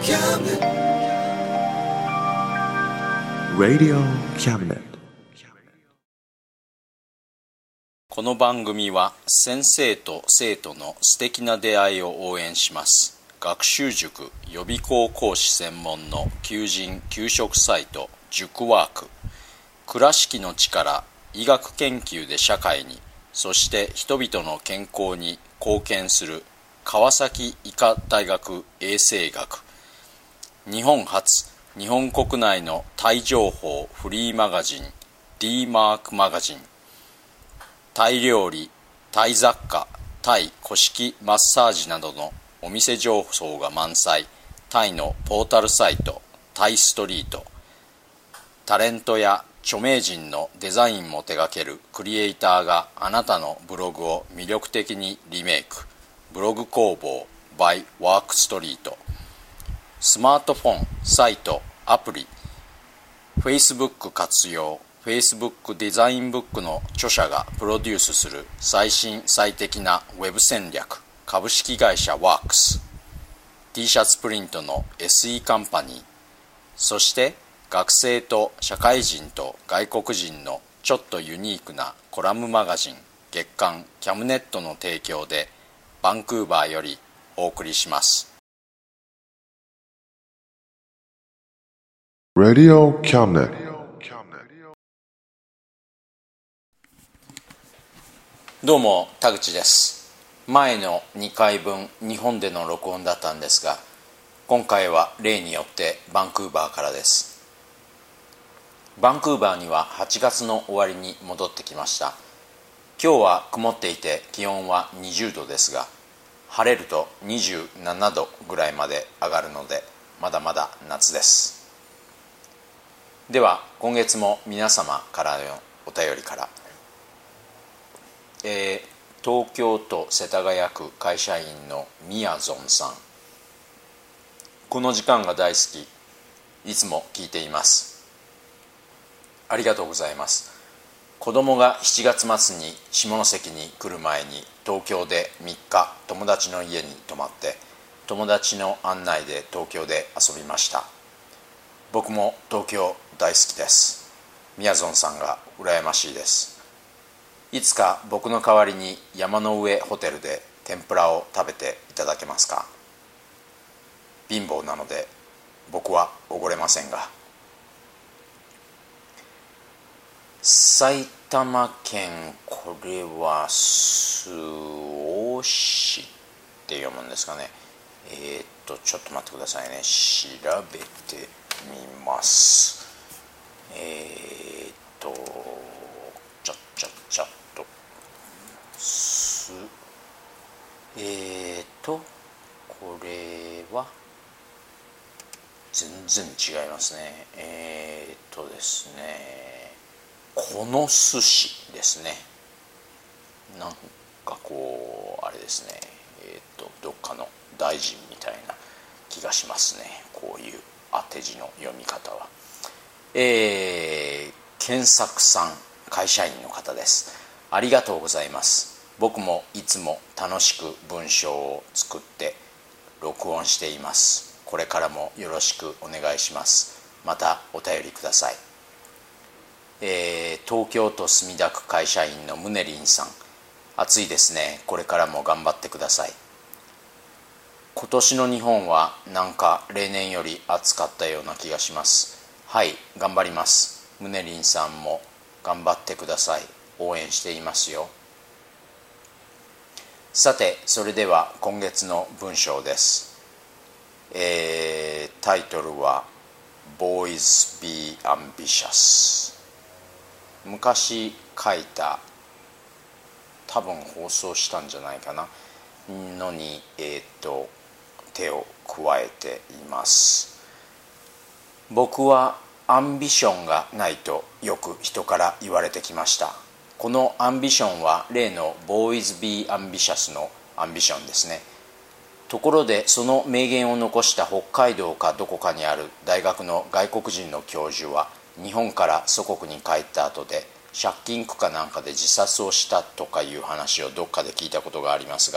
Radio Cabinet。 この番組は先生と生徒の素敵な出会いを応援します学習塾予備校講師専門の求人・求職サイト塾ワーク。倉敷の力、医学研究で社会に、そして人々の健康に貢献する川崎医科大学衛生学。日本初、日本国内のタイ情報フリーマガジン D マークマガジン。タイ料理、タイ雑貨、タイ古式マッサージなどのお店情報が満載。タイのポータルサイトタイストリート。タレントや著名人のデザインも手掛けるクリエイターがあなたのブログを魅力的にリメイク。ブログ工房 by ワークストリート。スマートフォン、サイト、アプリ、Facebook 活用。Facebook デザインブックの著者がプロデュースする最新最適なウェブ戦略。株式会社ワークス。T シャツプリントの SE カンパニー。そして学生と社会人と外国人のちょっとユニークなコラムマガジン月刊キャムネットの提供でバンクーバーよりお送りします。 Radio Cabinet。 どうも田口です。前の2回分日本での録音だったんですが、今回は例によってバンクーバーからです。バンクーバーには8月の終わりに戻ってきました。今日は曇っていて気温は20度ですが、晴れると27度ぐらいまで上がるので、まだまだ夏です。では今月も皆様からのお便りから、東京都世田谷区会社員のみやぞんさん。この時間が大好き、いつも聞いています。ありがとうございます。子供が7月末に下関に来る前に東京で3日友達の家に泊まって、友達の案内で東京で遊びました。僕も東京大好きです。みやぞんさんが羨ましいです。いつか僕の代わりに山の上ホテルで天ぷらを食べていただけますか。貧乏なので僕はおごれませんが。埼玉県、これは周防市って読むんですかね。ちょっと待ってくださいね、調べてみます。これは全然違いますね。ですね、鴻巣市ですね。なんかこうあれですね、どっかの大臣みたいな気がしますね、こういう当て字の読み方は。健作さん、会社員の方です。ありがとうございます。僕もいつも楽しく文章を作って録音しています。これからもよろしくお願いします。またお便りください。東京都墨田区会社員のムネリンさん。暑いですね。これからも頑張ってください。今年の日本はなんか例年より暑かったような気がします。はい、頑張ります。ムネリンさんも頑張ってください。応援していますよ。さて、それでは今月の文章です。タイトルは Boys Be Ambitious。 昔書いた、多分放送したんじゃないかなのに、手を加えています。僕はアンビションがないとよく人から言われてきました。このアンビションは例の Boys Be Ambitious のアンビションですね。ところでその名言を残した北海道かどこかにある大学の外国人の教授は、日本から祖国に帰った後で借金苦かなんかで自殺をしたとかいう話をどっかで聞いたことがありますが、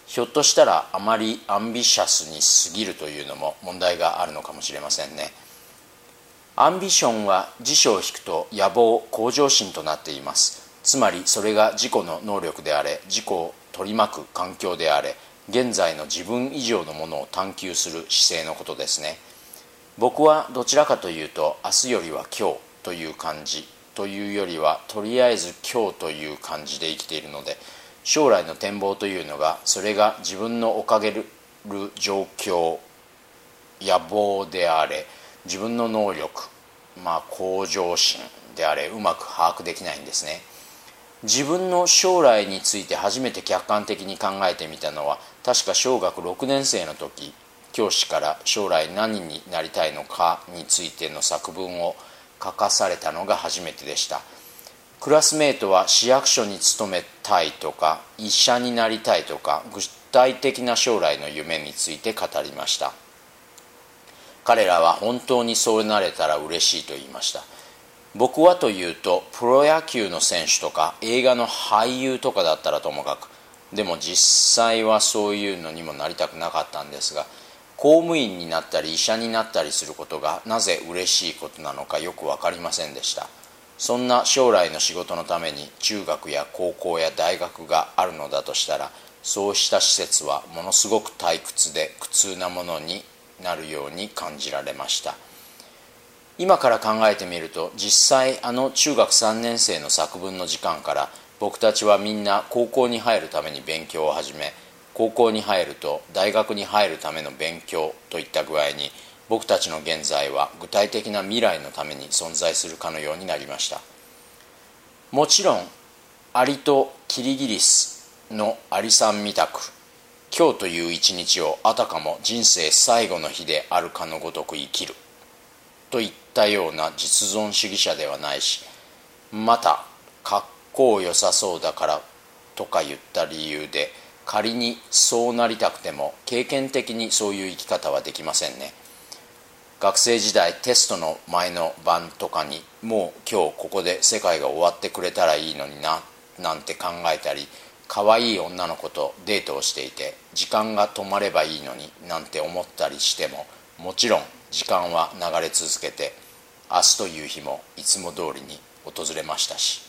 ひょっとしたらあまりアンビシャスに過ぎるというのも問題があるのかもしれませんね。アンビションは辞書を引くと野望、向上心となっています。つまりそれが自己の能力であれ、自己を取り巻く環境であれ、現在の自分以上のものを探求する姿勢のことですね。僕はどちらかというと、明日よりは今日という感じというよりは、とりあえず今日という感じで生きているので、将来の展望というのが、それが自分の置かれる状況、野望であれ、自分の能力、向上心であれ、うまく把握できないんですね。自分の将来について初めて客観的に考えてみたのは、確か小学6年生の時、教師から将来何になりたいのかについての作文を書かされたのが初めてでした。クラスメートは市役所に勤めたいとか、医者になりたいとか、具体的な将来の夢について語りました。彼らは本当にそうなれたら嬉しいと言いました。僕はというと、プロ野球の選手とか映画の俳優とかだったらともかく、でも実際はそういうのにもなりたくなかったんですが、公務員になったり医者になったりすることがなぜ嬉しいことなのかよく分かりませんでした。そんな将来の仕事のために中学や高校や大学があるのだとしたら、そうした施設はものすごく退屈で苦痛なものになるように感じられました。今から考えてみると、実際中学3年生の作文の時間から僕たちはみんな高校に入るために勉強を始め、高校に入ると大学に入るための勉強といった具合に、僕たちの現在は具体的な未来のために存在するかのようになりました。もちろんアリとキリギリスのアリさんみたく、今日という一日をあたかも人生最後の日であるかのごとく生きるといったような実存主義者ではないし、またかっこよさそうだからとか言った理由で、仮にそうなりたくても経験的にそういう生き方はできませんね。学生時代テストの前の晩とかに、もう今日ここで世界が終わってくれたらいいのにななんて考えたり、可愛い女の子とデートをしていて時間が止まればいいのになんて思ったりしても、もちろん時間は流れ続けて、明日という日もいつも通りに訪れましたし。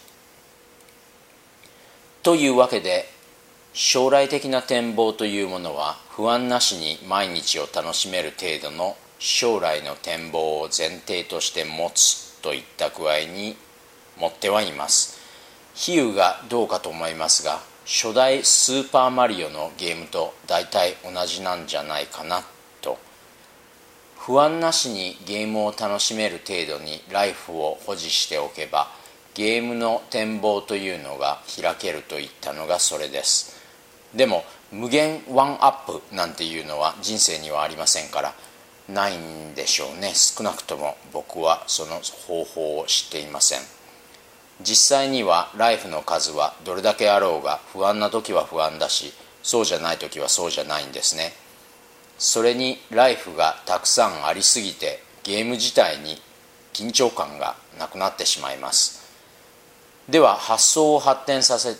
というわけで、将来的な展望というものは不安なしに毎日を楽しめる程度の将来の展望を前提として持つといった具合に持ってはいます。比喩がどうかと思いますが、初代スーパーマリオのゲームと大体同じなんじゃないかなと。不安なしにゲームを楽しめる程度にライフを保持しておけば、ゲームの展望というのが開けるといったのがそれです。でも無限ワンアップなんていうのは人生にはありませんから、ないんでしょうね。少なくとも僕はその方法を知っていません。実際にはライフの数はどれだけあろうが、不安な時は不安だし、そうじゃない時はそうじゃないんですね。それにライフがたくさんありすぎて、ゲーム自体に緊張感がなくなってしまいます。では発想を反転させ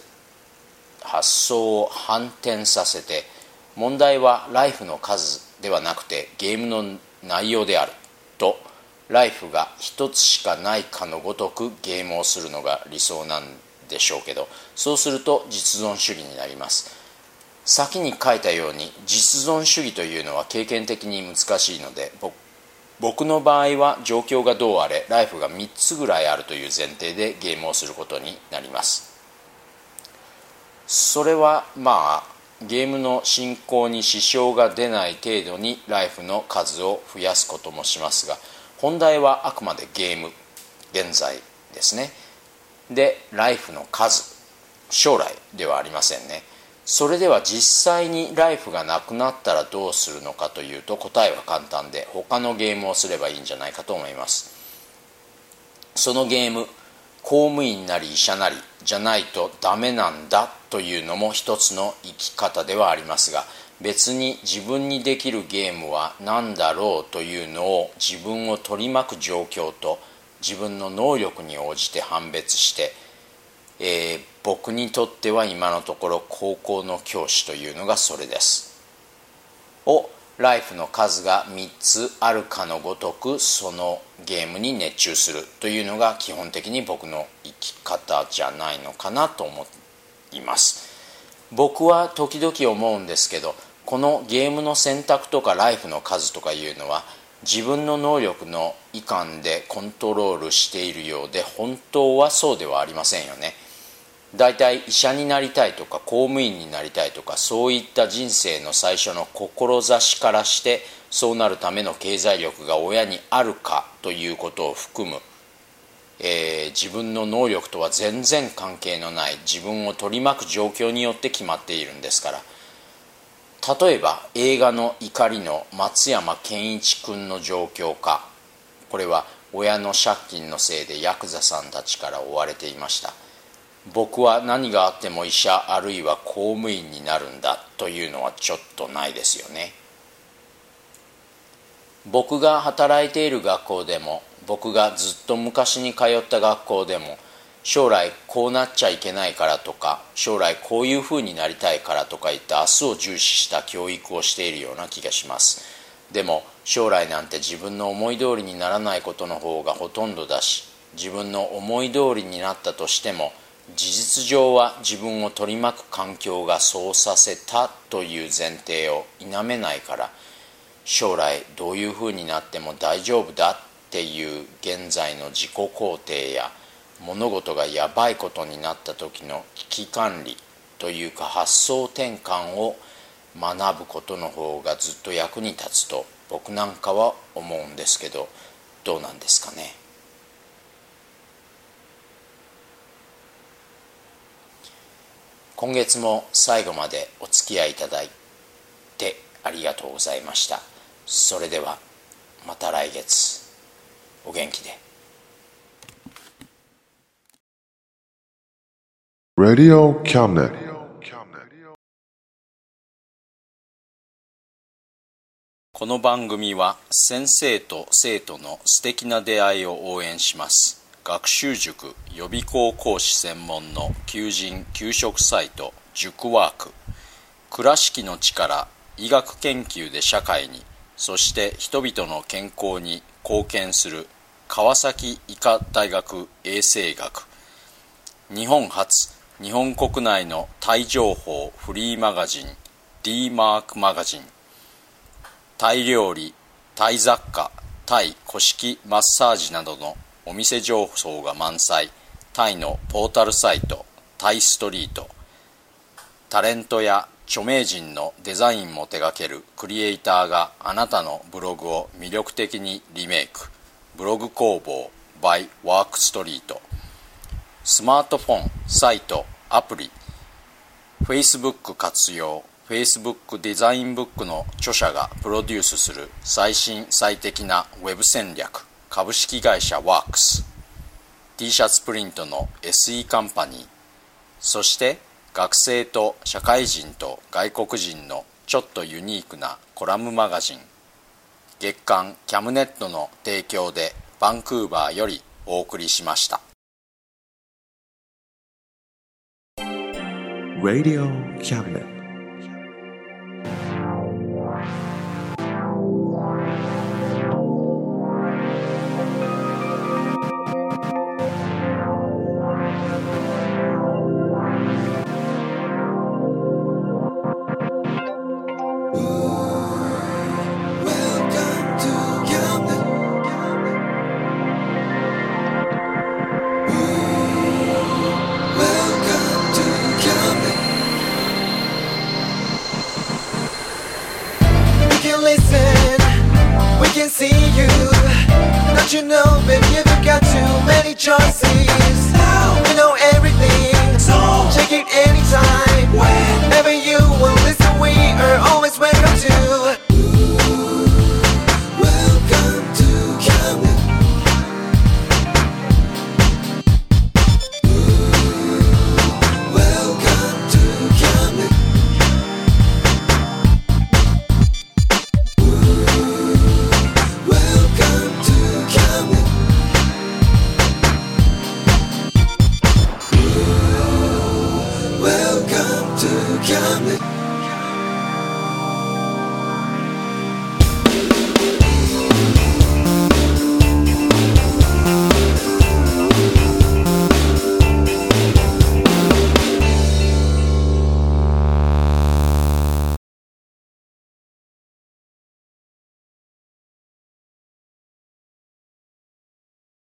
て、問題はライフの数ではなくてゲームの内容であると、ライフが一つしかないかのごとくゲームをするのが理想なんでしょうけど、そうすると実存主義になります。先に書いたように実存主義というのは経験的に難しいので、僕の場合は状況がどうあれライフが3つぐらいあるという前提でゲームをすることになります。それはゲームの進行に支障が出ない程度にライフの数を増やすこともしますが、本題はあくまでゲーム、現在ですね。で、ライフの数、将来ではありませんね。それでは実際にライフがなくなったらどうするのかというと、答えは簡単で、他のゲームをすればいいんじゃないかと思います。そのゲーム、公務員なり医者なりじゃないとダメなんだというのも一つの生き方ではありますが、別に自分にできるゲームは何だろうというのを自分を取り巻く状況と自分の能力に応じて判別して、 僕にとっては今のところ高校の教師というのがそれです。ライフの数が3つあるかのごとくそのゲームに熱中するというのが基本的に僕の生き方じゃないのかなと思います。僕は時々思うんですけど、このゲームの選択とかライフの数とかいうのは自分の能力の以下でコントロールしているようで、本当はそうではありませんよね。だいたい医者になりたいとか公務員になりたいとか、そういった人生の最初の志からして、そうなるための経済力が親にあるかということを含む、自分の能力とは全然関係のない自分を取り巻く状況によって決まっているんですから。例えば映画の怒りの松山ケンイチ君の状況か、これは親の借金のせいでヤクザさんたちから追われていました。僕は何があっても医者あるいは公務員になるんだというのはちょっとないですよね。僕が働いている学校でも、僕がずっと昔に通った学校でも、将来こうなっちゃいけないからとか、将来こういうふうになりたいからとかいった明日を重視した教育をしているような気がします。でも将来なんて自分の思い通りにならないことの方がほとんどだし、自分の思い通りになったとしても事実上は自分を取り巻く環境がそうさせたという前提を否めないから、将来どういうふうになっても大丈夫だっていう現在の自己肯定や、物事がやばいことになった時の危機管理というか発想転換を学ぶことの方がずっと役に立つと僕なんかは思うんですけど、どうなんですかね。今月も最後までお付き合いいただいてありがとうございました。それではまた来月お元気で。 Radio Cabinet. この番組は先生と生徒の素敵な出会いを応援します。学習塾予備校講師専門の求人・求職サイト塾ワーク。倉敷の力、医学研究で社会に、そして人々の健康に貢献する川崎医科大学衛生学。日本初、日本国内のタイ情報フリーマガジン D マークマガジン。タイ料理、タイ雑貨、タイ古式マッサージなどのお店情報が満載、タイのポータルサイトタイストリート。タレントや著名人のデザインも手掛けるクリエイターがあなたのブログを魅力的にリメイク。ブログ工房 by ワークストリート。スマートフォン、サイト、アプリ、Facebook 活用、Facebook デザインブックの著者がプロデュースする最新最適なウェブ戦略、株式会社ワークス。T シャツプリントの SE カンパニー。そして学生と社会人と外国人のちょっとユニークなコラムマガジン。月刊キャムネットの提供でバンクーバーよりお送りしました。 Radio Cabinet. You know, baby, you've got too many choices. You know everything, so check it anytime.